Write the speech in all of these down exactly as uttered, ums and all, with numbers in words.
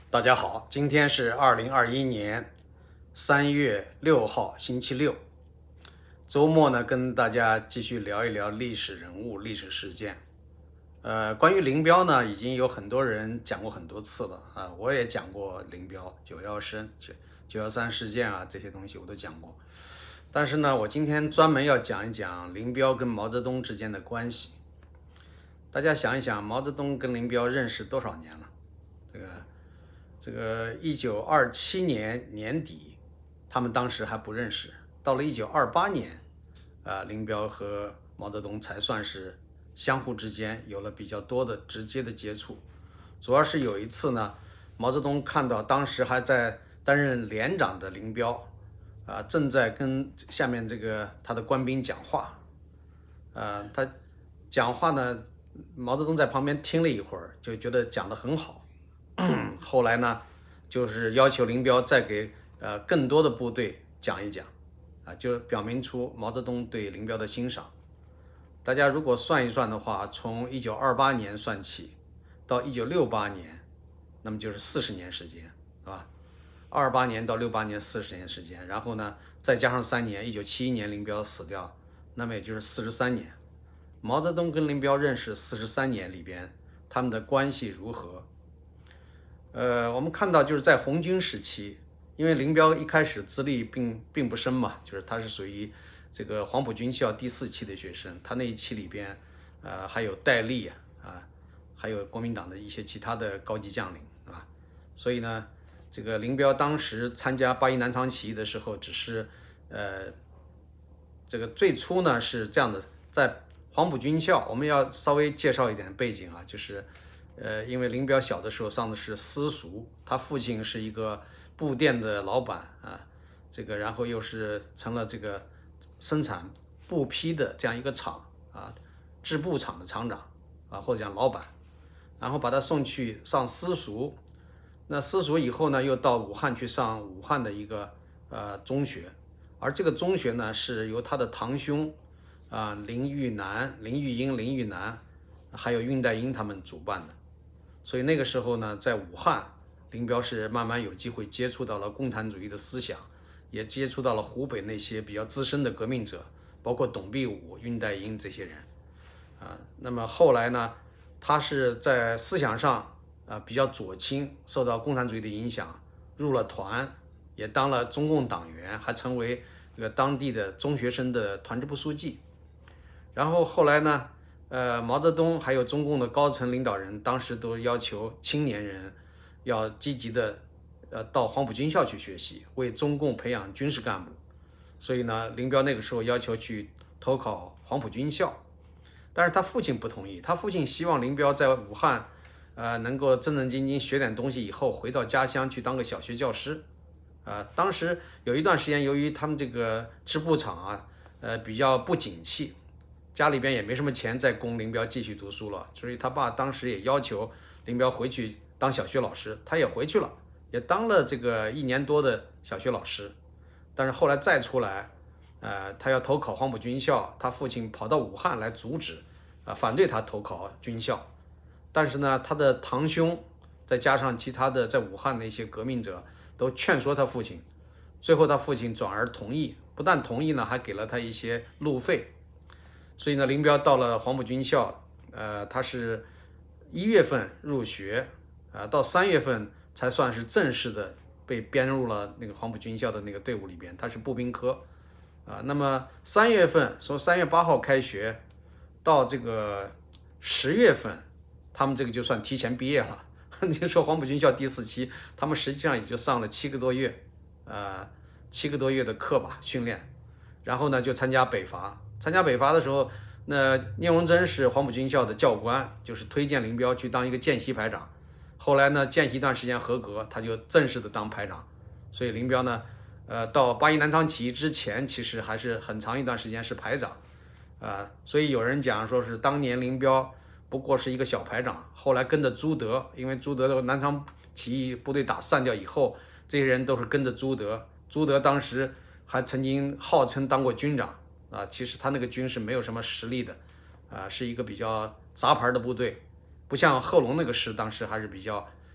大家好，今天是二零二一年三月六号，星期六。周末呢，跟大家继续聊一聊历史人物、历史事件。呃，关于林彪呢，已经有很多人讲过很多次了啊，我也讲过林彪、九幺三、九九幺三事件啊，这些东西我都讲过。但是呢，我今天专门要讲一讲林彪跟毛泽东之间的关系。大家想一想，毛泽东跟林彪认识多少年了？这个。这个一九二七年年底，他们当时还不认识。到了一九二八年，啊，林彪和毛泽东才算是相互之间有了比较多的直接的接触。主要是有一次呢，毛泽东看到当时还在担任连长的林彪，啊，正在跟下面这个他的官兵讲话，啊，他讲话呢，毛泽东在旁边听了一会儿，就觉得讲得很好。后来呢，就是要求林彪再给呃更多的部队讲一讲，啊，就表明出毛泽东对林彪的欣赏。大家如果算一算的话，从一九二八年算起，到一九六八年，那么就是四十年时间，是吧？二八年到六八年四十年时间，然后呢再加上三年，一九七一年林彪死掉，那么也就是四十三年。毛泽东跟林彪认识四十三年里边，他们的关系如何？呃，我们看到就是在红军时期，因为林彪一开始资历并并不深嘛，就是他是属于这个黄埔军校第四期的学生，他那一期里边，呃，还有戴笠啊，啊，还有国民党的一些其他的高级将领啊，所以呢，这个林彪当时参加八一南昌起义的时候，只是呃，这个最初呢是这样的，在黄埔军校，我们要稍微介绍一点背景啊，就是。呃，因为林彪小的时候上的是私塾，他父亲是一个布店的老板啊，这个然后又是成了这个生产布匹的这样一个厂啊，制布厂的厂长啊，或者讲老板，然后把他送去上私塾，那私塾以后呢，又到武汉去上武汉的一个呃中学，而这个中学呢是由他的堂兄啊林育南、林育英、林育南，还有恽代英他们主办的。所以那个时候呢，在武汉，林彪是慢慢有机会接触到了共产主义的思想，也接触到了湖北那些比较资深的革命者，包括董必武、恽代英这些人，啊，那么后来呢，他是在思想上啊比较左倾，受到共产主义的影响，入了团，也当了中共党员，还成为这个当地的中学生的团支部书记。然后后来呢？呃，毛泽东还有中共的高层领导人，当时都要求青年人要积极的，呃，到黄埔军校去学习，为中共培养军事干部。所以呢，林彪那个时候要求去投考黄埔军校，但是他父亲不同意，他父亲希望林彪在武汉，呃，能够正正经经学点东西，以后回到家乡去当个小学教师。啊、呃，当时有一段时间，由于他们这个织布厂啊，呃，比较不景气。家里边也没什么钱再供林彪继续读书了，所以他爸当时也要求林彪回去当小学老师，他也回去了，也当了这个一年多的小学老师。但是后来再出来，呃，他要投考黄埔军校，他父亲跑到武汉来阻止，啊、呃，反对他投考军校。但是呢，他的堂兄再加上其他的在武汉的一些革命者都劝说他父亲，最后他父亲转而同意，不但同意呢，还给了他一些路费。所以呢，林彪到了黄埔军校，呃，他是一月份入学，啊、呃，到三月份才算是正式的被编入了那个黄埔军校的那个队伍里边，他是步兵科，啊、呃，那么三月份说三月八号开学，到这个十月份，他们这个就算提前毕业了。你说黄埔军校第四期，他们实际上也就上了七个多月，呃，七个多月的课吧，训练，然后呢就参加北伐。参加北伐的时候，那聂荣臻是黄埔军校的教官，就是推荐林彪去当一个见习排长。后来呢，见习一段时间合格，他就正式的当排长。所以林彪呢，呃，到八一南昌起义之前，其实还是很长一段时间是排长，啊、呃，所以有人讲说是当年林彪不过是一个小排长，后来跟着朱德，因为朱德的南昌起义部队打散掉以后，这些人都是跟着朱德。朱德当时还曾经号称当过军长。啊，其实他那个军是没有什么实力的，啊，是一个比较杂牌的部队，不像贺龙那个师，当时还是比较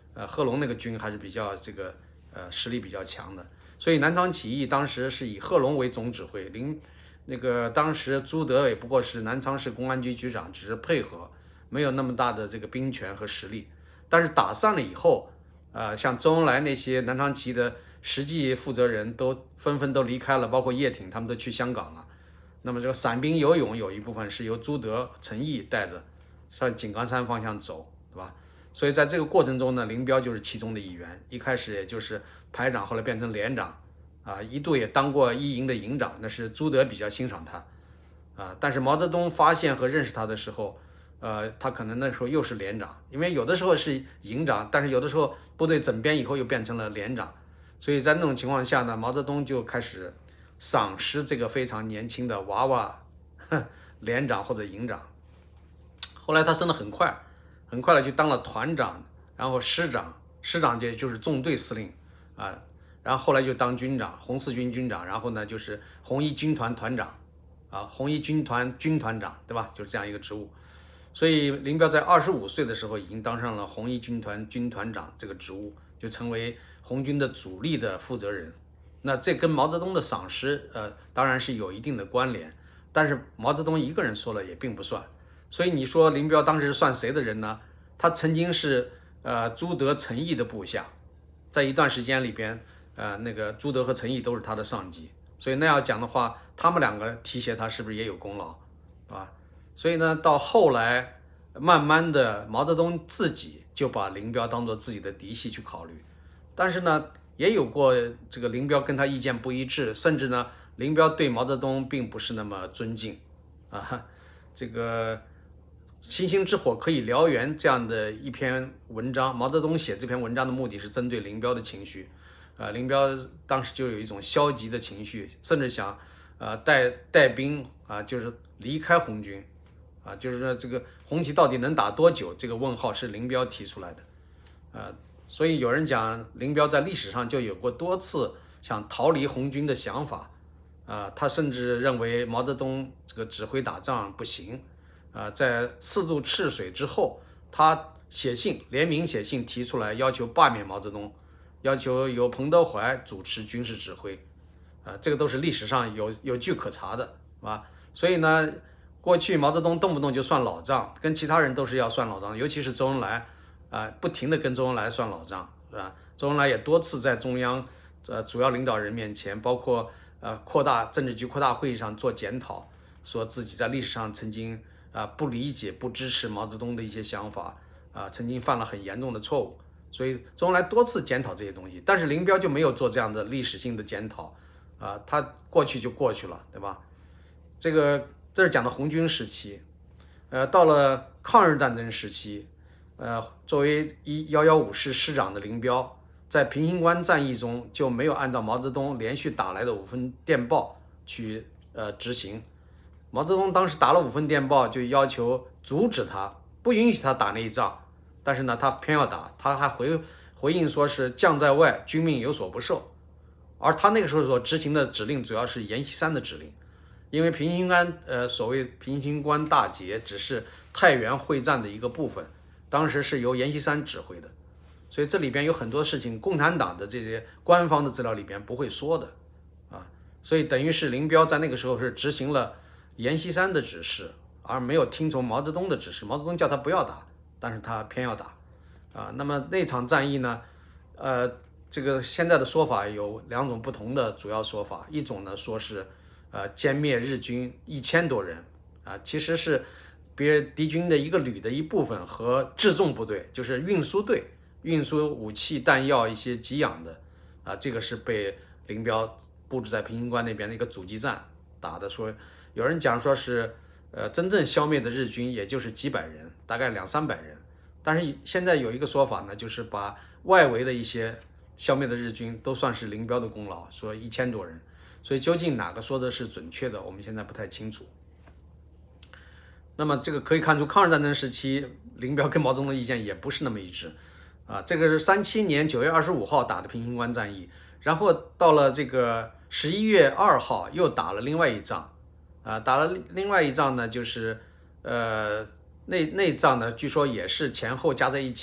呃贺龙那个军还是比较这个呃实力比较强的。所以南昌起义当时是以贺龙为总指挥，林那个当时朱德也不过是南昌市公安局局长，只是配合，没有那么大的这个兵权和实力。但是打散了以后，呃，像周恩来那些南昌起义的实际负责人都纷纷都离开了，包括叶挺他们都去香港了。那么这个散兵游勇有一部分是由朱德、陈毅带着向井冈山方向走，对吧？所以在这个过程中呢，林彪就是其中的一员。一开始也就是排长，后来变成连长，啊，一度也当过一营的营长。那是朱德比较欣赏他，啊，但是毛泽东发现和认识他的时候，呃，他可能那时候又是连长，因为有的时候是营长，但是有的时候部队整编以后又变成了连长，所以在那种情况下呢，毛泽东就开始赏识这个非常年轻的娃娃连长或者营长。后来他升得很快，很快的就当了团长，然后师长，师长就就是纵队司令啊，然后后来就当军长，红四军军长，然后呢就是红一军团团长啊，红一军团军团长，对吧？就是这样一个职务。所以林彪在二十五岁的时候已经当上了红一军团军团长这个职务，就成为红军的主力的负责人。那这跟毛泽东的赏识，呃，当然是有一定的关联，但是毛泽东一个人说了也并不算。所以你说林彪当时算谁的人呢？他曾经是呃朱德、陈毅的部下，在一段时间里边，呃，那个朱德和陈毅都是他的上级。所以那要讲的话，他们两个提携他是不是也有功劳，是吧？所以呢，到后来慢慢的，毛泽东自己就把林彪当作自己的嫡系去考虑，但是呢，也有过这个林彪跟他意见不一致，甚至呢，林彪对毛泽东并不是那么尊敬啊。这个星星之火可以燎原这样的一篇文章，毛泽东写这篇文章的目的是针对林彪的情绪，呃，林彪当时就有一种消极的情绪，甚至想呃带带兵啊，就是离开红军。啊，就是说这个红旗到底能打多久？这个问号是林彪提出来的，呃，所以有人讲林彪在历史上就有过多次想逃离红军的想法，啊、呃，他甚至认为毛泽东这个指挥打仗不行，啊、呃，在四渡赤水之后，他写信联名写信提出来要求罢免毛泽东，要求由彭德怀主持军事指挥，啊、呃，这个都是历史上有有据可查的，是吧？所以呢。过去毛泽东动不动就算老账，跟其他人都是要算老账，尤其是周恩来，啊、呃，不停的跟周恩来算老账，是吧？周恩来也多次在中央，呃，主要领导人面前，包括呃扩大政治局扩大会议上做检讨，说自己在历史上曾经啊、呃、不理解、不支持毛泽东的一些想法，啊、呃，曾经犯了很严重的错误，所以周恩来多次检讨这些东西，但是林彪就没有做这样的历史性的检讨，啊、呃，他过去就过去了，对吧？这个。这是讲的红军时期，呃，到了抗日战争时期，呃，作为一幺幺五师师长的林彪，在平型关战役中就没有按照毛泽东连续打来的五份电报去呃执行。毛泽东当时打了五份电报，就要求阻止他，不允许他打那一仗，但是呢，他偏要打，他还回回应说是将在外，军命有所不受，而他那个时候所执行的指令主要是阎锡山的指令。因为平型关，呃，所谓平型关大捷只是太原会战的一个部分，当时是由阎锡山指挥的，所以这里边有很多事情，共产党的这些官方的资料里边不会说的，啊，所以等于是林彪在那个时候是执行了阎锡山的指示，而没有听从毛泽东的指示。毛泽东叫他不要打，但是他偏要打，啊，那么那场战役呢，呃，这个现在的说法有两种不同的主要说法，一种呢说是。呃，歼灭日军一千多人，啊，其实是别敌军的一个旅的一部分和制重部队，就是运输队，运输武器、弹药一些给养的，啊，这个是被林彪布置在平型关那边的一个阻击战打的。说有人讲说是，呃，真正消灭的日军也就是几百人，大概两三百人，但是现在有一个说法呢，就是把外围的一些消灭的日军都算是林彪的功劳，说一千多人。所以究竟哪个说的是准确的，我们现在不太清楚。那么这个可以看出，抗日战争时期，林彪跟毛泽东的意见也不是那么一致啊。这个是三七年九月二十五号打的平型关战役，然后到了这个十一月二号又打了另外一仗啊，打了另外一仗呢，就是呃那那仗呢，据说也是前后加在一起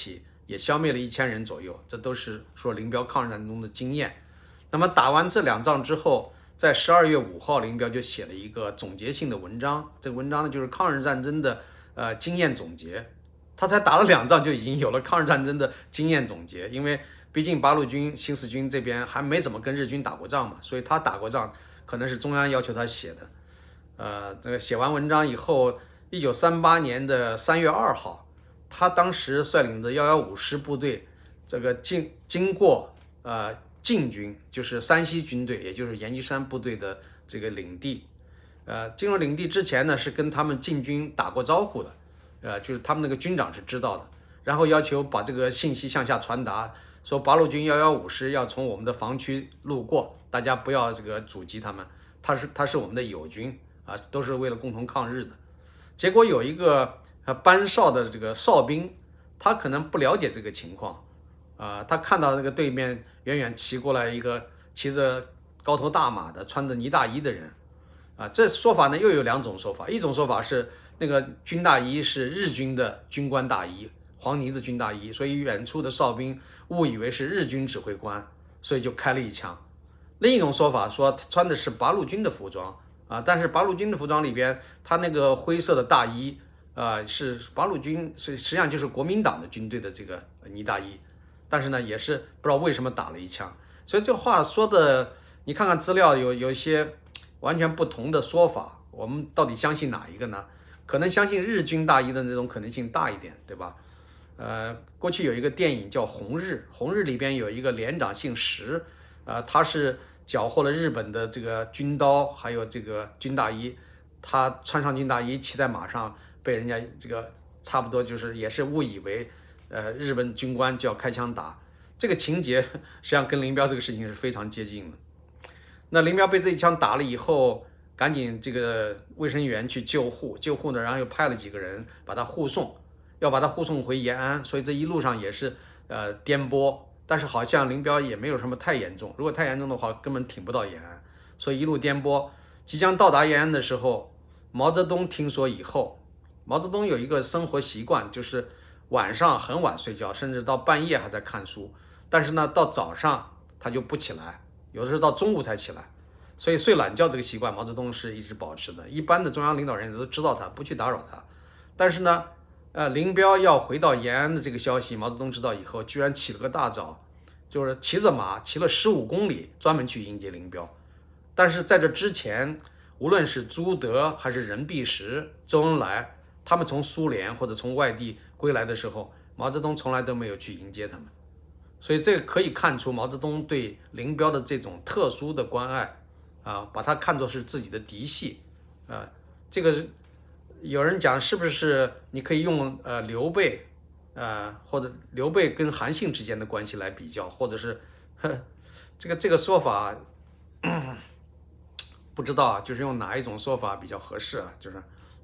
也消灭了一千人左右，这都是说林彪抗日战争中的经验。那么打完这两仗之后，在十二月五号，林彪就写了一个总结性的文章，这个文章呢就是抗日战争的呃经验总结。他才打了两仗就已经有了抗日战争的经验总结，因为毕竟八路军、新四军这边还没怎么跟日军打过仗嘛，所以他打过仗可能是中央要求他写的。呃，这个写完文章以后，一九三八年的三月二号，他当时率领的幺幺五师部队，这个经经过呃晋军，就是山西军队，也就是阎锡山部队的这个领地。呃，进入领地之前呢，是跟他们晋军打过招呼的。呃，就是他们那个军长是知道的，然后要求把这个信息向下传达，说八路军幺幺五师要从我们的防区路过，大家不要这个阻击他们，他是他是我们的友军啊，都是为了共同抗日的。结果有一个呃班哨的这个哨兵，他可能不了解这个情况啊、呃，他看到那个对面远远骑过来一个骑着高头大马的穿着呢大衣的人啊，这说法呢又有两种说法，一种说法是那个军大衣是日军的军官大衣，黄呢子军大衣，所以远处的哨兵误以为是日军指挥官，所以就开了一枪。另一种说法说穿的是八路军的服装啊，但是八路军的服装里边，他那个灰色的大衣啊是八路军，是实际上就是国民党的军队的这个呢大衣，但是呢也是不知道为什么打了一枪。所以这话说的，你看看资料有有一些完全不同的说法，我们到底相信哪一个呢？可能相信日军大衣的那种可能性大一点，对吧？呃，过去有一个电影叫《红日》，《红日》里边有一个连长姓石，呃，他是缴获了日本的这个军刀，还有这个军大衣，他穿上军大衣，骑在马上，被人家这个差不多就是也是误以为，呃，日本军官就要开枪打，这个情节实际上跟林彪这个事情是非常接近的。那林彪被这一枪打了以后，赶紧这个卫生员去救护，救护呢，然后又派了几个人把他护送，要把他护送回延安，所以这一路上也是呃颠簸，但是好像林彪也没有什么太严重，如果太严重的话，根本挺不到延安，所以一路颠簸，即将到达延安的时候，毛泽东听说以后，毛泽东有一个生活习惯，就是晚上很晚睡觉，甚至到半夜还在看书，但是呢，到早上他就不起来，有的时候到中午才起来。所以睡懒觉这个习惯，毛泽东是一直保持的。一般的中央领导人都知道他，不去打扰他。但是呢，呃，林彪要回到延安的这个消息，毛泽东知道以后，居然起了个大早，就是骑着马骑了十五公里，专门去迎接林彪。但是在这之前，无论是朱德还是任弼时、周恩来，他们从苏联或者从外地归来的时候，毛泽东从来都没有去迎接他们。所以这个可以看出毛泽东对林彪的这种特殊的关爱。啊，把他看作是自己的嫡系，啊，这个有人讲是不是你可以用呃刘备，呃或者刘备跟韩信之间的关系来比较，或者是呵这个这个说法，嗯、不知道啊，就是用哪一种说法比较合适啊？就是，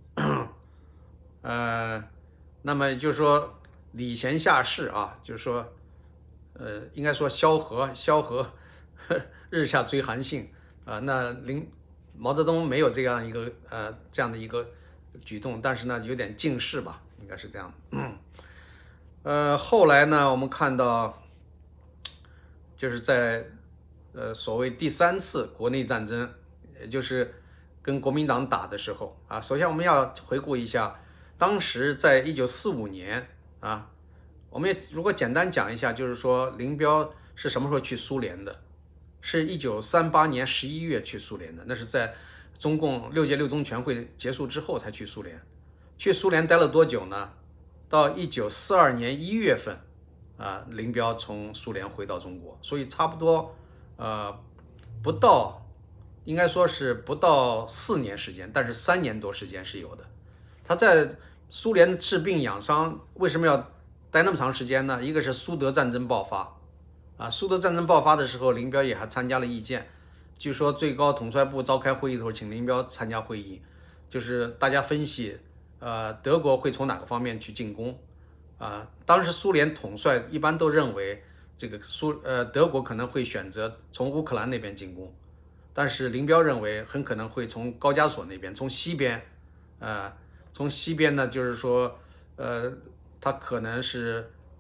呃，那么就是说礼贤下士啊，就是说，呃，应该说萧何，萧何日下追韩信。啊、呃，那林毛泽东没有这样一个呃这样的一个举动，但是呢有点近视吧，应该是这样。嗯，呃，后来呢，我们看到就是在呃所谓第三次国内战争，也就是跟国民党打的时候啊，首先我们要回顾一下，当时在一九四五年啊，我们也如果简单讲一下，就是说林彪是什么时候去苏联的？是一九三八年十一月去苏联的，那是在中共六届六中全会结束之后才去苏联。去苏联待了多久呢？到一九四二年一月份，啊，林彪从苏联回到中国，所以差不多呃不到，应该说是不到四年时间，但是三年多时间是有的。他在苏联治病养伤，为什么要待那么长时间呢？一个是苏德战争爆发。啊，苏德战争爆发的时候，林彪也还参加了意见。据说最高统帅部召开会议的时候，请林彪参加会议，就是大家分析，呃，德国会从哪个方面去进攻。啊，当时苏联统帅一般都认为，这个苏呃德国可能会选择从乌克兰那边进攻，但是林彪认为很可能会从高加索那边，从西边，呃，从西边呢，就是说，呃，他可能是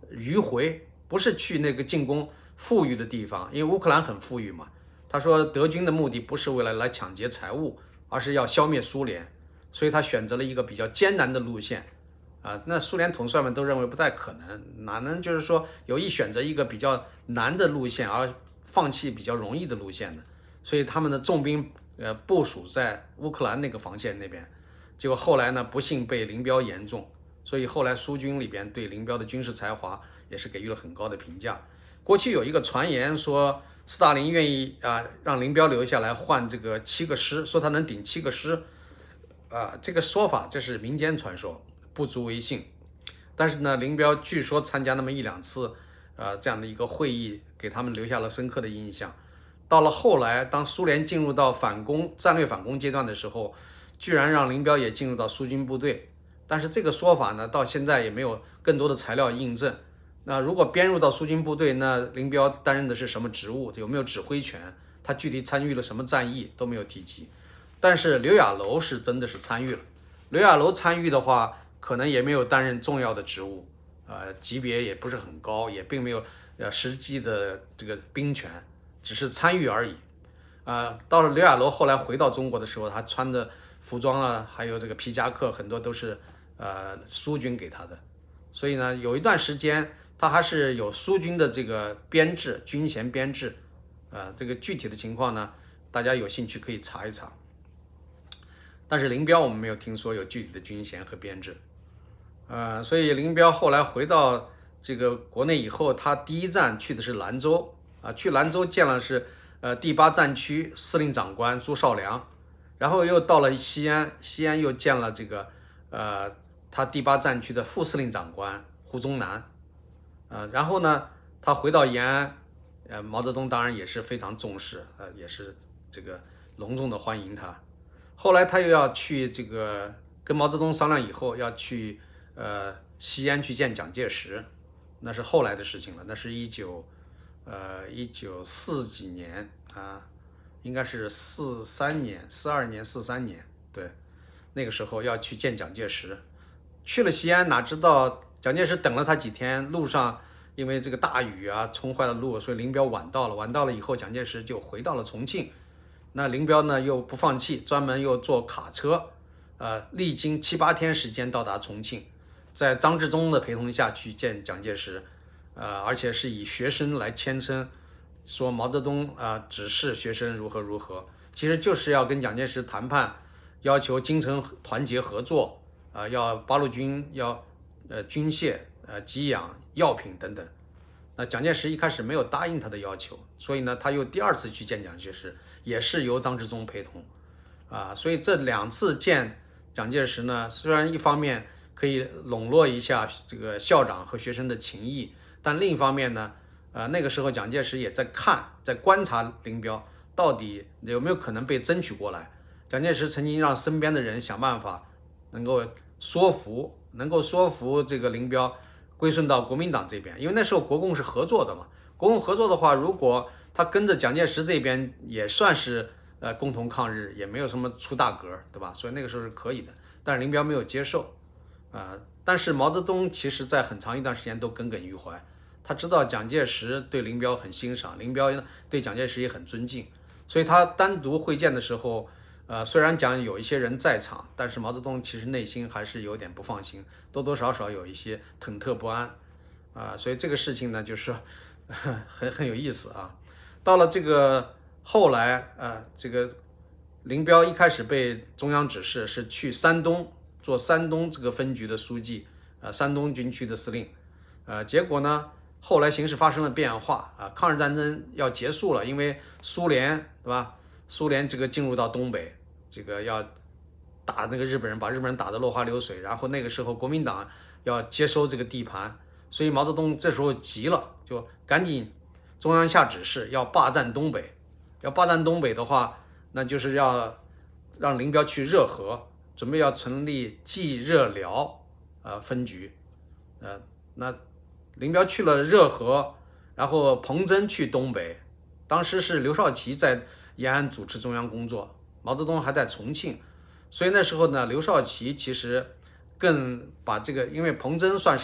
迂回，不是去那个进攻富裕的地方，因为乌克兰很富裕嘛。他说德军的目的不是为了来抢劫财物，而是要消灭苏联，所以他选择了一个比较艰难的路线。啊，那苏联统帅们都认为不太可能，哪能就是说有意选择一个比较难的路线，而放弃比较容易的路线呢？所以他们的重兵呃部署在乌克兰那个防线那边，结果后来呢不幸被林彪言中，所以后来苏军里边对林彪的军事才华也是给予了很高的评价。过去有一个传言说，斯大林愿意啊让林彪留下来换这个七个师，说他能顶七个师，啊这个说法这是民间传说，不足为信。但是呢，林彪据说参加那么一两次，呃，这样的一个会议，给他们留下了深刻的印象。到了后来，当苏联进入到反攻、战略反攻阶段的时候，居然让林彪也进入到苏军部队。但是这个说法呢，到现在也没有更多的材料印证。那如果编入到苏军部队，那林彪担任的是什么职务？有没有指挥权？他具体参与了什么战役都没有提及。但是刘亚楼是真的是参与了。刘亚楼参与的话，可能也没有担任重要的职务，呃，级别也不是很高，也并没有呃实际的这个兵权，只是参与而已。啊、呃，到了刘亚楼后来回到中国的时候，他穿的服装啊，还有这个皮夹克，很多都是呃苏军给他的。所以呢，有一段时间他还是有苏军的这个编制，军衔编制。呃，这个具体的情况呢，大家有兴趣可以查一查。但是林彪我们没有听说有具体的军衔和编制。呃，所以林彪后来回到这个国内以后，他第一站去的是兰州啊，去兰州见了是呃第八战区司令长官朱绍良，然后又到了西安，西安又见了这个呃他第八战区的副司令长官胡宗南，呃，然后呢，他回到延安，呃，毛泽东当然也是非常重视，呃，也是这个隆重的欢迎他。后来他又要去这个跟毛泽东商量以后要去。呃，西安去见蒋介石，那是后来的事情了。那是一九，呃，一九四几年啊，应该是四三年、四二年、四三年，对，那个时候要去见蒋介石。去了西安，哪知道蒋介石等了他几天，路上因为这个大雨啊，冲坏了路，所以林彪晚到了。晚到了以后，蒋介石就回到了重庆。那林彪呢又不放弃，专门又坐卡车，呃，历经七八天时间到达重庆。在张治中的陪同下去见蒋介石，呃，而且是以学生来谦称，说毛泽东啊、呃、指示学生如何如何，其实就是要跟蒋介石谈判，要求京城团结合作，啊、呃，要八路军要呃军械、呃给养、药品等等。那蒋介石一开始没有答应他的要求，所以呢，他又第二次去见蒋介石，也是由张治中陪同，啊、呃，所以这两次见蒋介石呢，虽然一方面可以笼络一下这个校长和学生的情谊，但另一方面呢，呃，那个时候蒋介石也在看，在观察林彪到底有没有可能被争取过来。蒋介石曾经让身边的人想办法，能够说服，能够说服这个林彪归顺到国民党这边，因为那时候国共是合作的嘛。国共合作的话，如果他跟着蒋介石这边，也算是呃共同抗日，也没有什么出大格，对吧？所以那个时候是可以的，但是林彪没有接受。啊、呃，但是毛泽东其实在很长一段时间都耿耿于怀，他知道蒋介石对林彪很欣赏，林彪对蒋介石也很尊敬，所以他单独会见的时候，呃，虽然讲有一些人在场，但是毛泽东其实内心还是有点不放心，多多少少有一些忐忑不安，啊、呃，所以这个事情呢，就是很很有意思啊。到了这个后来，呃，这个林彪一开始被中央指示是去山东。做山东这个分局的书记，呃，山东军区的司令，呃，结果呢，后来形势发生了变化啊、呃，抗日战争要结束了，因为苏联，对吧？苏联这个进入到东北，这个要打那个日本人，把日本人打得落花流水，然后那个时候国民党要接收这个地盘，所以毛泽东这时候急了，就赶紧中央下指示要霸占东北，要霸占东北的话，那就是要让林彪去热河。准备要成立冀热辽呃分局，呃，那林彪去了热河，然后彭真去东北，当时是刘少奇在延安主持中央工作，毛泽东还在重庆，所以那时候呢，刘少奇其实更把这个，因为彭真算是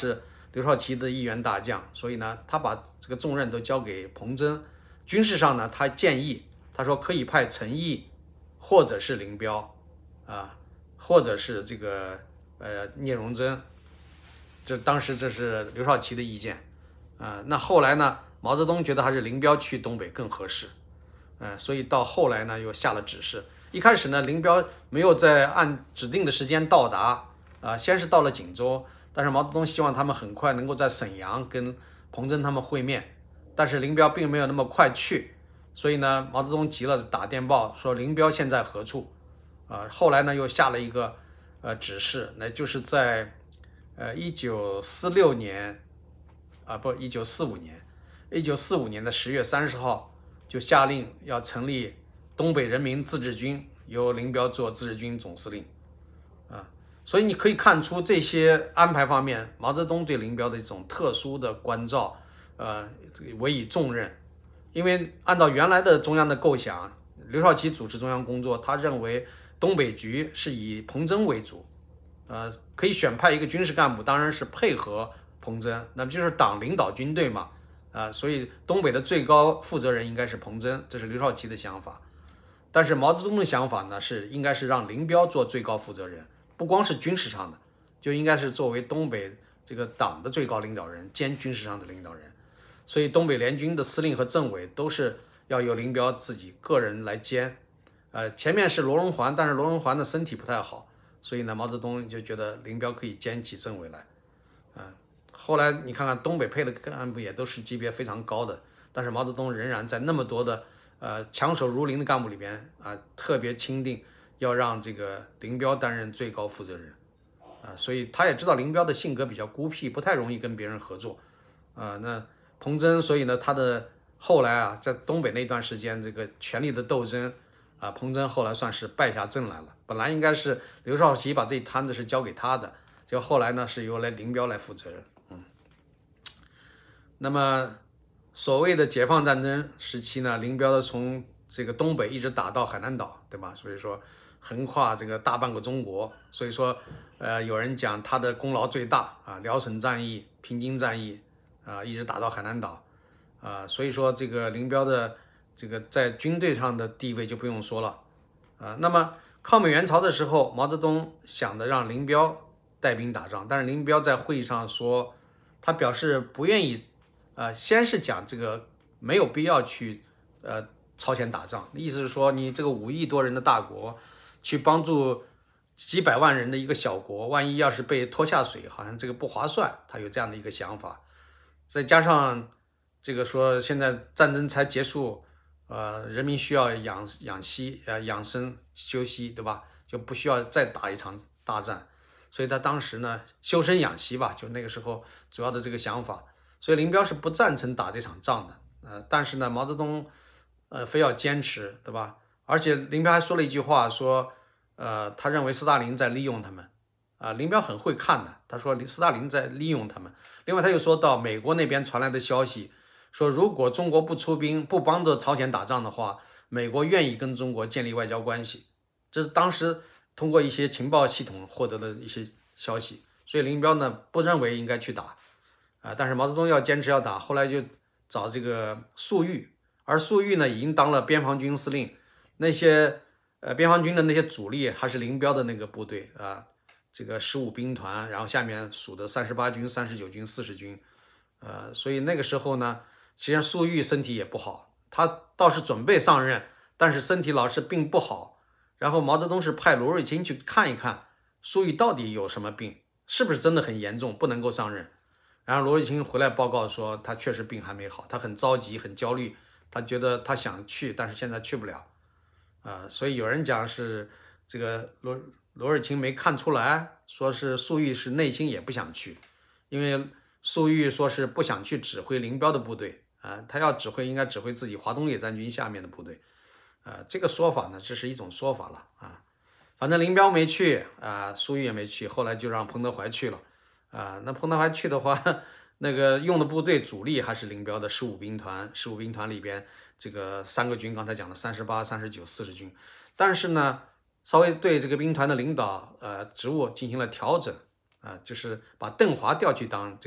刘少奇的一员大将，所以呢，他把这个重任都交给彭真。军事上呢，他建议他说可以派陈毅或者是林彪啊，或者是这个呃聂荣臻。这当时这是刘少奇的意见啊。那后来呢，毛泽东觉得还是林彪去东北更合适，呃，所以到后来呢又下了指示。一开始呢，林彪没有在按指定的时间到达啊，先是到了锦州，但是毛泽东希望他们很快能够在沈阳跟彭真他们会面，但是林彪并没有那么快去，所以呢，毛泽东急了，打电报说林彪现在何处？啊，后来呢又下了一个呃指示，那就是在呃一九四六年啊不一九四五年，一九四五年的十月三十号就下令要成立东北人民自治军，由林彪做自治军总司令啊。所以你可以看出这些安排方面，毛泽东对林彪的一种特殊的关照，呃，委以重任。因为按照原来的中央的构想，刘少奇主持中央工作，他认为东北局是以彭真为主，呃，可以选派一个军事干部，当然是配合彭真，那么就是党领导军队嘛，啊、呃，所以东北的最高负责人应该是彭真，这是刘少奇的想法。但是毛泽东的想法呢，是应该是让林彪做最高负责人，不光是军事上的，就应该是作为东北这个党的最高领导人兼军事上的领导人。所以东北联军的司令和政委都是要由林彪自己个人来兼。呃，前面是罗荣桓，但是罗荣桓的身体不太好，所以呢，毛泽东就觉得林彪可以兼起政委来。呃，后来你看看东北配的干部也都是级别非常高的，但是毛泽东仍然在那么多的呃强手如林的干部里边啊、呃，特别钦定要让这个林彪担任最高负责人啊、呃，所以他也知道林彪的性格比较孤僻，不太容易跟别人合作啊、呃。那彭真，所以呢，他的后来啊，在东北那段时间，这个权力的斗争啊，彭真后来算是败下阵来了。本来应该是刘少奇把这一摊子是交给他的，结果后来呢，是由来林彪来负责任。嗯，那么所谓的解放战争时期呢，林彪的从这个东北一直打到海南岛，对吧？所以说横跨这个大半个中国，所以说呃，有人讲他的功劳最大啊，辽沈战役、平津战役。啊，一直打到海南岛，啊，所以说这个林彪的这个在军队上的地位就不用说了，啊，那么抗美援朝的时候，毛泽东想着让林彪带兵打仗，但是林彪在会议上说，他表示不愿意，呃，先是讲这个没有必要去呃朝鲜打仗，意思是说你这个五亿多人的大国去帮助几百万人的一个小国，万一要是被拖下水，好像这个不划算，他有这样的一个想法。再加上这个说现在战争才结束，呃，人民需要养养息，呃，养生休息，对吧？就不需要再打一场大战，所以他当时呢修身养息吧，就那个时候主要的这个想法。所以林彪是不赞成打这场仗的，呃，但是呢，毛泽东呃非要坚持，对吧？而且林彪还说了一句话，说呃，他认为斯大林在利用他们。啊，林彪很会看的，他说斯大林在利用他们。另外，他又说到美国那边传来的消息，说如果中国不出兵，不帮着朝鲜打仗的话，美国愿意跟中国建立外交关系。这是当时通过一些情报系统获得的一些消息，所以林彪呢不认为应该去打，啊，但是毛泽东要坚持要打，后来就找这个粟裕，而粟裕呢已经当了边防军司令，那些呃边防军的那些主力还是林彪的那个部队啊。这个十五兵团，然后下面属的三十八军、三十九军、四十军，呃，所以那个时候呢，实际上粟裕身体也不好，他倒是准备上任，但是身体老是病不好。然后毛泽东是派罗瑞卿去看一看粟裕到底有什么病，是不是真的很严重，不能够上任。然后罗瑞卿回来报告说，他确实病还没好，他很着急、很焦虑，他觉得他想去，但是现在去不了，啊、呃，所以有人讲是这个罗。罗瑞卿没看出来，说是粟裕是内心也不想去，因为粟裕说是不想去指挥林彪的部队啊，他要指挥应该指挥自己华东野战军下面的部队，啊，这个说法呢，这是一种说法了啊。反正林彪没去啊，粟裕也没去，后来就让彭德怀去了啊。那彭德怀去的话，那个用的部队主力还是林彪的十五兵团，十五兵团里边这个三个军，刚才讲的三十八、三十九、四十军，但是呢。稍微对这个兵团的领导呃职务进行了调整啊、呃，就是把邓华调去当这个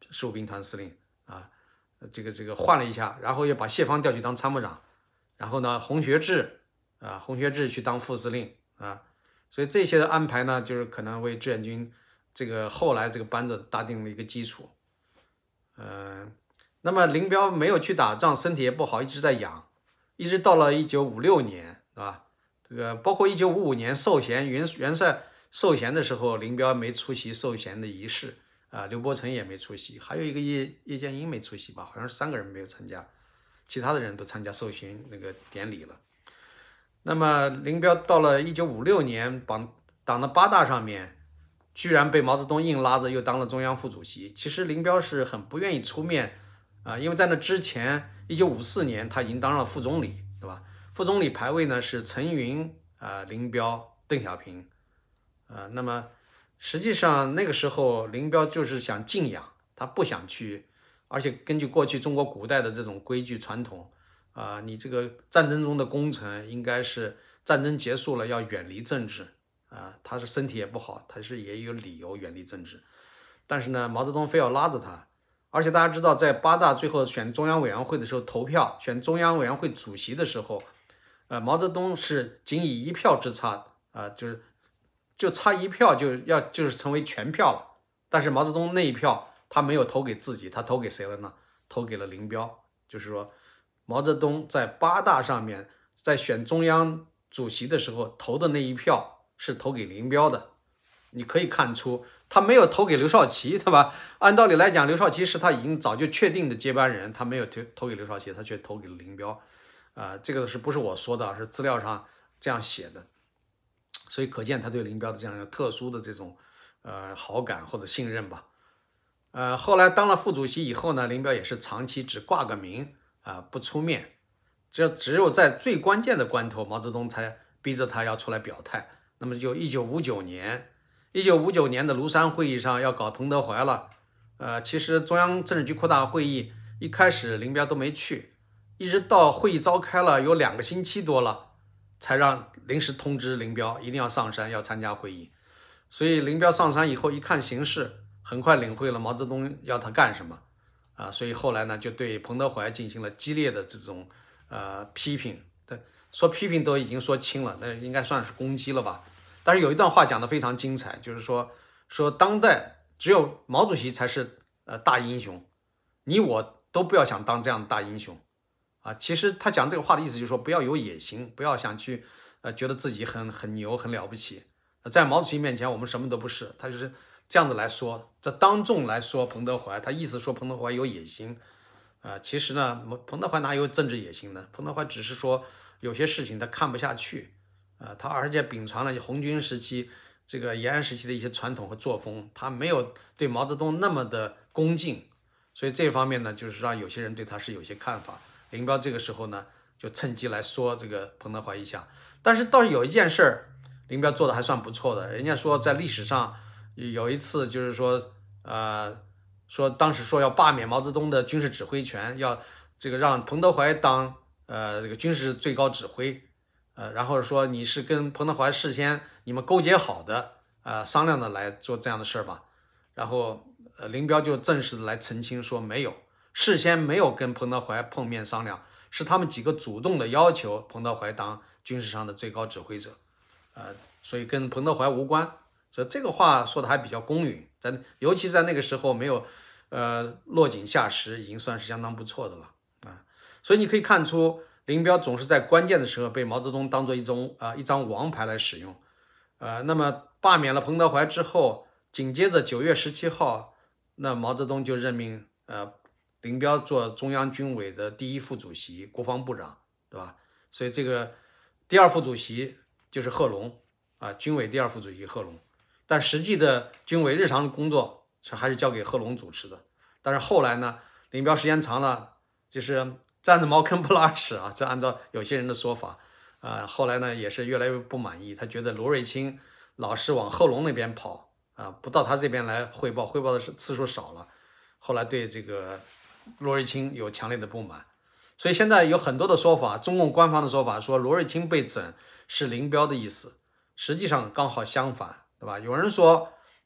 十五兵团司令啊，这个这个换了一下，然后又把谢芳调去当参谋长，然后呢，洪学智啊，洪学智去当副司令啊，所以这些的安排呢，就是可能为志愿军这个后来这个班子打定了一个基础。呃，那么林彪没有去打仗，身体也不好，一直在养，一直到了一九五六年，是吧？这个包括一九五五年授衔元元帅授衔的时候，林彪没出席授衔的仪式啊，刘伯承也没出席，还有一个叶叶剑英没出席吧，好像是三个人没有参加，其他的人都参加授衔那个典礼了。那么林彪到了一九五六年，党党的八大上面，居然被毛泽东硬拉着又当了中央副主席。其实林彪是很不愿意出面啊、呃，因为在那之前，一九五四年他已经当上了副总理，对吧？副总理排位呢是陈云啊、呃、林彪、邓小平，啊、呃，那么实际上那个时候林彪就是想静养，他不想去，而且根据过去中国古代的这种规矩传统啊、呃，你这个战争中的功臣应该是战争结束了要远离政治啊、呃，他是身体也不好，他是也有理由远离政治，但是呢，毛泽东非要拉着他。而且大家知道，在八大最后选中央委员会的时候投票选中央委员会主席的时候，呃，毛泽东是仅以一票之差啊、呃，就是就差一票就要就是成为全票了。但是毛泽东那一票他没有投给自己，他投给谁了呢？投给了林彪。就是说，毛泽东在八大上面在选中央主席的时候投的那一票是投给林彪的。你可以看出，他没有投给刘少奇，对吧？按道理来讲，刘少奇是他已经早就确定的接班人，他没有投投给刘少奇，他却投给了林彪。啊、呃，这个是不是我说的？是资料上这样写的。所以可见他对林彪的这样一个特殊的这种呃好感或者信任吧。呃，后来当了副主席以后呢，林彪也是长期只挂个名啊、呃，不出面。只只有在最关键的关头，毛泽东才逼着他要出来表态。那么就一九五九年。一九五九年的庐山会议上要搞彭德怀了，呃，其实中央政治局扩大会议一开始林彪都没去，一直到会议召开了有两个星期多了，才让临时通知林彪一定要上山要参加会议。所以林彪上山以后一看形势，很快领会了毛泽东要他干什么啊，所以后来呢就对彭德怀进行了激烈的这种呃批评，说批评都已经说轻了，那应该算是攻击了吧。但是有一段话讲得非常精彩，就是说说当代只有毛主席才是呃大英雄，你我都不要想当这样的大英雄啊。其实他讲这个话的意思就是说，不要有野心，不要想去呃觉得自己很很牛很了不起。在毛主席面前我们什么都不是，他就是这样子来说，这当众来说彭德怀，他意思说彭德怀有野心啊、呃。其实呢，彭德怀哪有政治野心呢？彭德怀只是说有些事情他看不下去。呃，他而且秉承了红军时期这个延安时期的一些传统和作风，他没有对毛泽东那么的恭敬，所以这方面呢，就是让有些人对他是有些看法。林彪这个时候呢，就趁机来说这个彭德怀一下。但是倒是有一件事儿，林彪做的还算不错的。人家说在历史上有一次，就是说，呃，说当时说要罢免毛泽东的军事指挥权，要这个让彭德怀当呃这个军事最高指挥。呃，然后说你是跟彭德怀事先你们勾结好的，呃，商量的来做这样的事儿吧。然后，呃，林彪就正式的来澄清说没有，事先没有跟彭德怀碰面商量，是他们几个主动的要求彭德怀当军事上的最高指挥者，呃，所以跟彭德怀无关。所以这个话说的还比较公允，在尤其在那个时候没有，呃，落井下石，已经算是相当不错的了啊。所以你可以看出。林彪总是在关键的时候被毛泽东当做一种啊、呃、一张王牌来使用，呃，那么罢免了彭德怀之后，紧接着九月十七号，那毛泽东就任命呃林彪做中央军委的第一副主席、国防部长，对吧？所以这个第二副主席就是贺龙啊，军委第二副主席贺龙，但实际的军委日常工作是还是交给贺龙主持的。但是后来呢，林彪时间长了，就是站着茅坑不拉屎啊，这按照有些人的说法，啊、呃，后来呢也是越来越不满意，他觉得罗瑞卿老是往贺龙那边跑啊、呃，不到他这边来汇报，汇报的次数少了，后来对这个罗瑞卿有强烈的不满，所以现在有很多的说法，中共官方的说法说罗瑞卿被整是林彪的意思，实际上刚好相反，对吧？有人说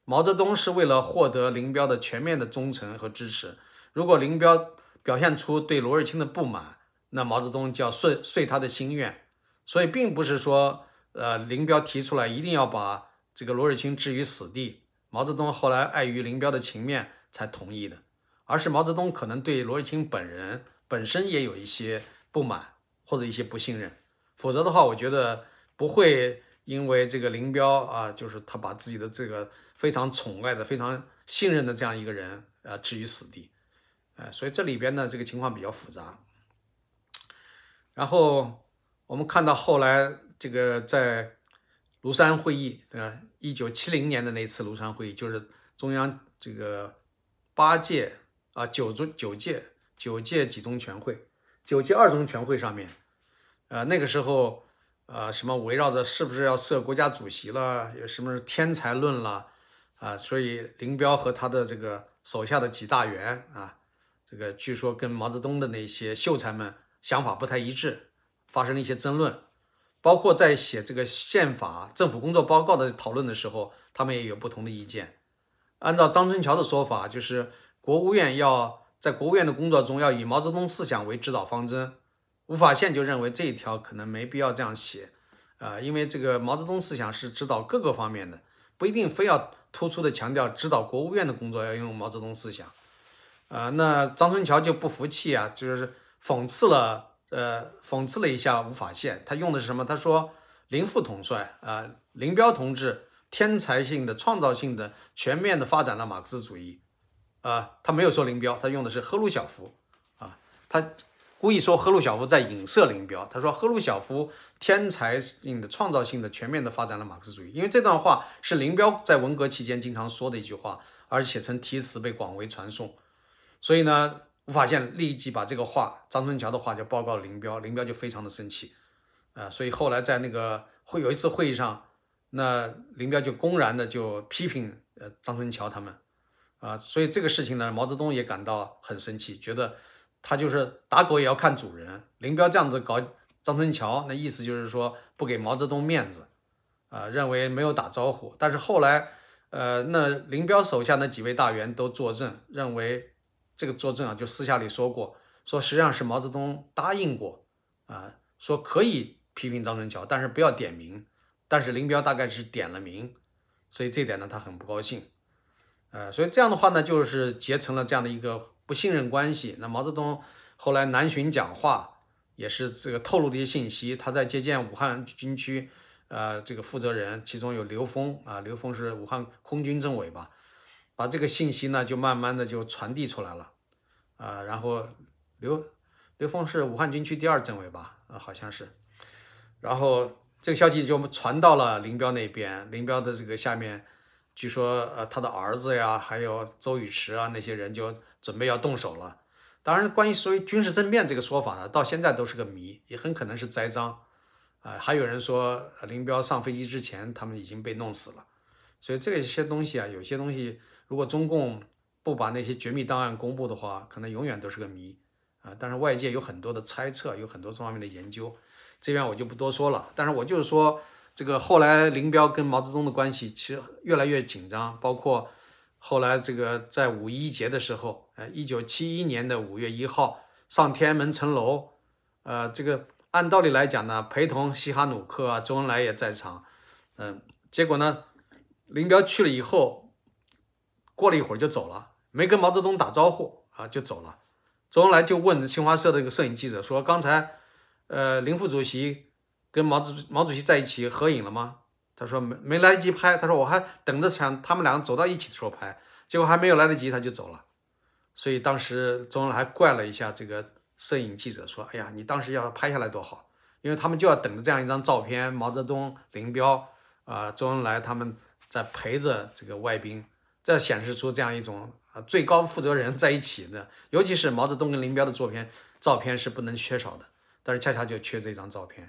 毛泽东是为了获得林彪的全面的忠诚和支持。如果林彪表现出对罗瑞卿的不满，那毛泽东就要遂遂他的心愿。所以并不是说，呃，林彪提出来一定要把这个罗瑞卿置于死地，毛泽东后来碍于林彪的情面才同意的，而是毛泽东可能对罗瑞卿本人本身也有一些不满或者一些不信任，否则的话，我觉得不会因为这个林彪啊，就是他把自己的这个非常宠爱的、非常信任的这样一个人，呃，置于死地。呃，所以这里边呢，这个情况比较复杂。然后我们看到后来这个在庐山会议，呃，一九七零年的那次庐山会议，就是中央这个八届啊九中九届九届几中全会、九届二中全会上面，呃，那个时候呃什么围绕着是不是要设国家主席了，有什么天才论了啊，所以林彪和他的这个手下的几大员啊。这个据说跟毛泽东的那些秀才们想法不太一致，发生了一些争论，包括在写这个宪法政府工作报告的讨论的时候，他们也有不同的意见。按照张春桥的说法，就是国务院要在国务院的工作中要以毛泽东思想为指导方针。吴法宪就认为这一条可能没必要这样写，呃，因为这个毛泽东思想是指导各个方面的，不一定非要突出的强调指导国务院的工作要用毛泽东思想。呃，那张春桥就不服气啊，就是讽刺了，呃，讽刺了一下吴法宪。他用的是什么？他说林副统帅啊、呃，林彪同志天才性的、创造性的、全面的发展了马克思主义。啊、呃，他没有说林彪，他用的是赫鲁晓夫啊，他故意说赫鲁晓夫在影射林彪。他说赫鲁晓夫天才性的、创造性的、全面的发展了马克思主义。因为这段话是林彪在文革期间经常说的一句话，而且写成题词被广为传颂。所以呢，吴法宪立即把这个话，张春桥的话就报告了林彪，林彪就非常的生气，啊、呃，所以后来在那个会有一次会议上，那林彪就公然的就批评呃张春桥他们，啊、呃，所以这个事情呢，毛泽东也感到很生气，觉得他就是打狗也要看主人，林彪这样子搞张春桥，那意思就是说不给毛泽东面子，啊、呃，认为没有打招呼。但是后来，呃，那林彪手下那几位大员都作证，认为。这个作证啊，就私下里说过，说实际上是毛泽东答应过啊，说可以批评张春桥，但是不要点名。但是林彪大概是点了名，所以这点呢他很不高兴，呃，所以这样的话呢，就是结成了这样的一个不信任关系。那毛泽东后来南巡讲话，也是这个透露的一些信息，他在接见武汉军区，呃，这个负责人，其中有刘峰啊，刘峰是武汉空军政委吧。把这个信息呢，就慢慢的就传递出来了，啊、呃，然后刘刘峰是武汉军区第二政委吧，啊、呃，好像是，然后这个消息就传到了林彪那边，林彪的这个下面，据说呃他的儿子呀，还有周宇驰啊那些人就准备要动手了。当然，关于所谓军事政变这个说法呢，到现在都是个谜，也很可能是栽赃，啊、呃，还有人说林彪上飞机之前他们已经被弄死了，所以这些东西啊，有些东西。如果中共不把那些绝密档案公布的话，可能永远都是个谜啊！但是外界有很多的猜测，有很多这方面的研究，这边我就不多说了。但是我就是说，这个后来林彪跟毛泽东的关系其实越来越紧张，包括后来这个在五一节的时候，呃，一九七一年的五月一号上天安门城楼，呃，这个按道理来讲呢，陪同西哈努克啊、周恩来也在场，嗯、呃，结果呢，林彪去了以后。过了一会儿就走了，没跟毛泽东打招呼啊，就走了。周恩来就问新华社的一个摄影记者说：“刚才，呃，林副主席跟毛主毛主席在一起合影了吗？”他说没没来得及拍，他说我还等着想他们两个走到一起的时候拍，结果还没有来得及他就走了。所以当时周恩来还怪了一下这个摄影记者说：“哎呀，你当时要拍下来多好，因为他们就要等着这样一张照片，毛泽东、林彪啊、呃、周恩来他们在陪着这个外宾。”这显示出这样一种啊最高负责人在一起的，尤其是毛泽东跟林彪的照片，照片是不能缺少的。但是恰恰就缺这张照片，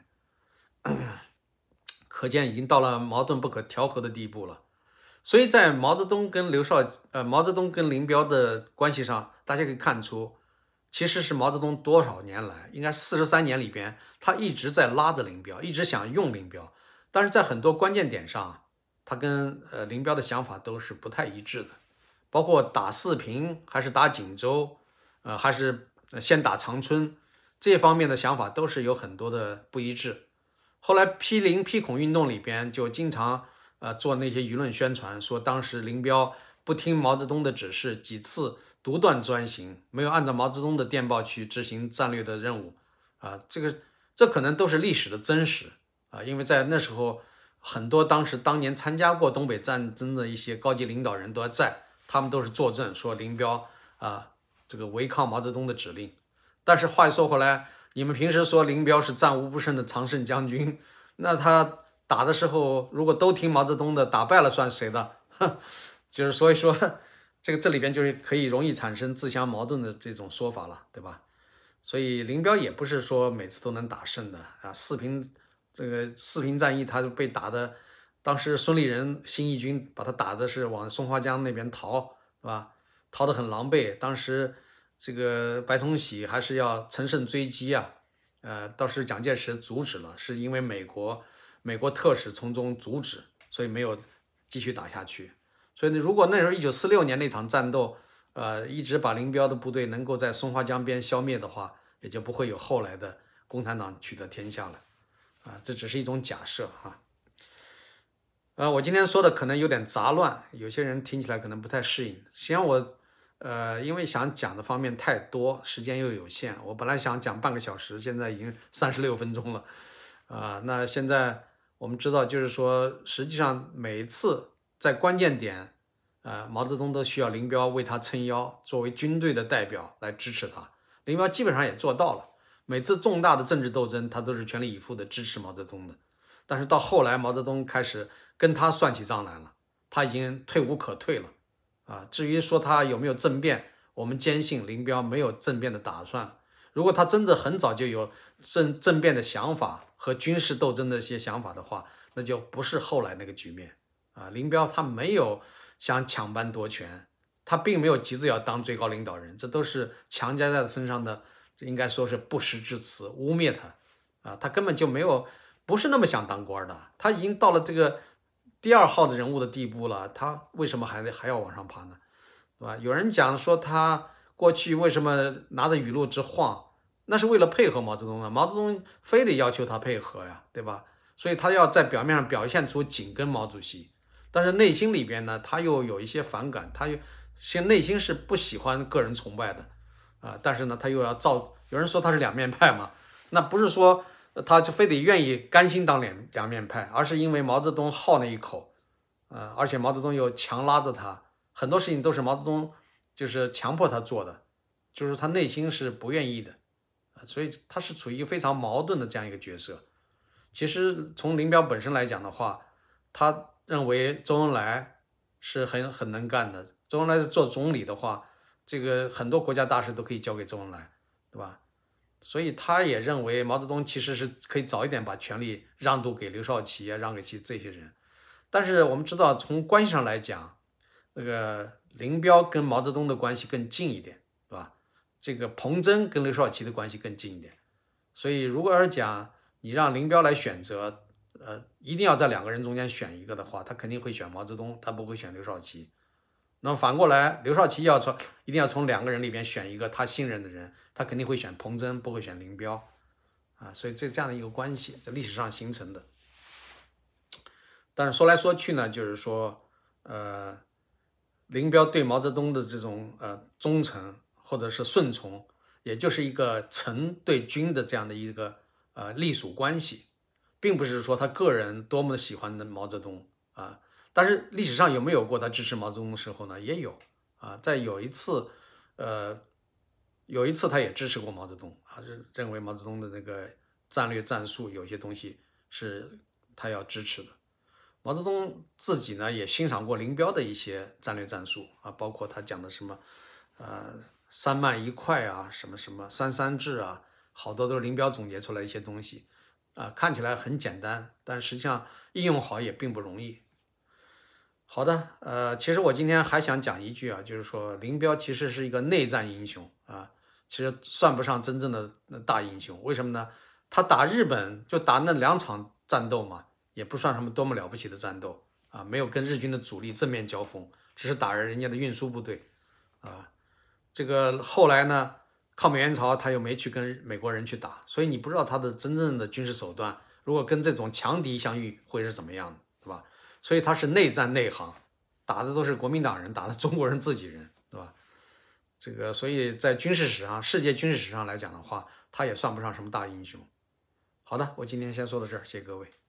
可见已经到了矛盾不可调和的地步了。所以在毛泽东跟刘少呃毛泽东跟林彪的关系上，大家可以看出，其实是毛泽东多少年来，应该四十三年里边，他一直在拉着林彪，一直想用林彪，但是在很多关键点上。 他跟呃林彪的想法都是不太一致的，包括打四平还是打锦州，呃还是先打长春，这方面的想法都是有很多的不一致。后来批林批孔运动里边就经常呃做那些舆论宣传，说当时林彪不听毛泽东的指示，几次独断专行，没有按照毛泽东的电报去执行战略的任务啊，这个这可能都是历史的真实啊，因为在那时候很多当时当年参加过东北战争的一些高级领导人都在，他们都是作证说林彪啊这个违抗毛泽东的指令。但是话说回来，你们平时说林彪是战无不胜的常胜将军，那他打的时候如果都听毛泽东的，打败了算谁的？就是所以说，这个这里边就是可以容易产生自相矛盾的这种说法了，对吧？所以林彪也不是说每次都能打胜的啊。四平这个四平战役，他就被打的，当时孙立人新一军把他打的是往松花江那边逃，是吧？逃得很狼狈。当时这个白崇禧还是要乘胜追击啊，呃，倒是蒋介石阻止了，是因为美国美国特使从中阻止，所以没有继续打下去。所以如果那时候一九四六年那场战斗，呃，一直把林彪的部队能够在松花江边消灭的话，也就不会有后来的共产党取得天下了，啊，这只是一种假设哈。呃，我今天说的可能有点杂乱，有些人听起来可能不太适应。实际上我，呃，因为想讲的方面太多，时间又有限，我本来想讲半个小时，现在已经三十六分钟了，啊，那现在我们知道，就是说，实际上每一次在关键点，呃，毛泽东都需要林彪为他撑腰，作为军队的代表来支持他。林彪基本上也做到了，每次重大的政治斗争，他都是全力以赴的支持毛泽东的。但是到后来，毛泽东开始跟他算起账来了，他已经退无可退了啊。至于说他有没有政变，我们坚信林彪没有政变的打算。如果他真的很早就有政政变的想法和军事斗争的一些想法的话，那就不是后来那个局面啊。林彪他没有想抢班夺权，他并没有急着要当最高领导人，这都是强加在他身上的，这应该说是不实之词，污蔑他啊。他根本就没有。不是那么想当官的，他已经到了这个第二号的人物的地步了，他为什么还还要往上爬呢？对吧？有人讲说他过去为什么拿着语录直晃，那是为了配合毛泽东啊，毛泽东非得要求他配合呀，对吧？所以他要在表面上表现出紧跟毛主席，但是内心里边呢，他又有一些反感，他又其实内心是不喜欢个人崇拜的啊，但是呢，他又要造，有人说他是两面派嘛，那不是说。他就非得愿意甘心当两两面派，而是因为毛泽东好那一口，呃，而且毛泽东又强拉着他，很多事情都是毛泽东就是强迫他做的，就是他内心是不愿意的，啊，所以他是处于一个非常矛盾的这样一个角色。其实从林彪本身来讲的话，他认为周恩来是很很能干的，周恩来做总理的话，这个很多国家大事都可以交给周恩来，对吧？所以他也认为毛泽东其实是可以早一点把权力让渡给刘少奇啊，让给其这些人。但是我们知道，从关系上来讲，那个林彪跟毛泽东的关系更近一点，是吧？这个彭真跟刘少奇的关系更近一点。所以如果要是讲你让林彪来选择，呃，一定要在两个人中间选一个的话，他肯定会选毛泽东，他不会选刘少奇。那么反过来，刘少奇要从一定要从两个人里边选一个他信任的人，他肯定会选彭真，不会选林彪，啊，所以这这样的一个关系在历史上形成的。但是说来说去呢，就是说，呃，林彪对毛泽东的这种呃忠诚或者是顺从，也就是一个臣对君的这样的一个呃隶属关系，并不是说他个人多么的喜欢的毛泽东啊。但是历史上有没有过他支持毛泽东的时候呢？也有啊，在有一次，呃，有一次他也支持过毛泽东啊，认为毛泽东的那个战略战术有些东西是他要支持的。毛泽东自己呢也欣赏过林彪的一些战略战术啊，包括他讲的什么，呃，三慢一快啊，什么什么三三制啊，好多都是林彪总结出来一些东西啊，看起来很简单，但实际上应用好也并不容易。好的，呃，其实我今天还想讲一句啊，就是说林彪其实是一个内战英雄啊，其实算不上真正的大英雄。为什么呢？他打日本就打那两场战斗嘛，也不算什么多么了不起的战斗， 啊，没有跟日军的主力正面交锋，只是打人家的运输部队啊。这个后来呢，抗美援朝他又没去跟美国人去打，所以你不知道他的真正的军事手段，如果跟这种强敌相遇会是怎么样的，对吧？所以他是内战内行，打的都是国民党人，打的中国人自己人，对吧？这个所以在军事史上，世界军事史上来讲的话，他也算不上什么大英雄。好的，我今天先说到这儿，谢谢各位。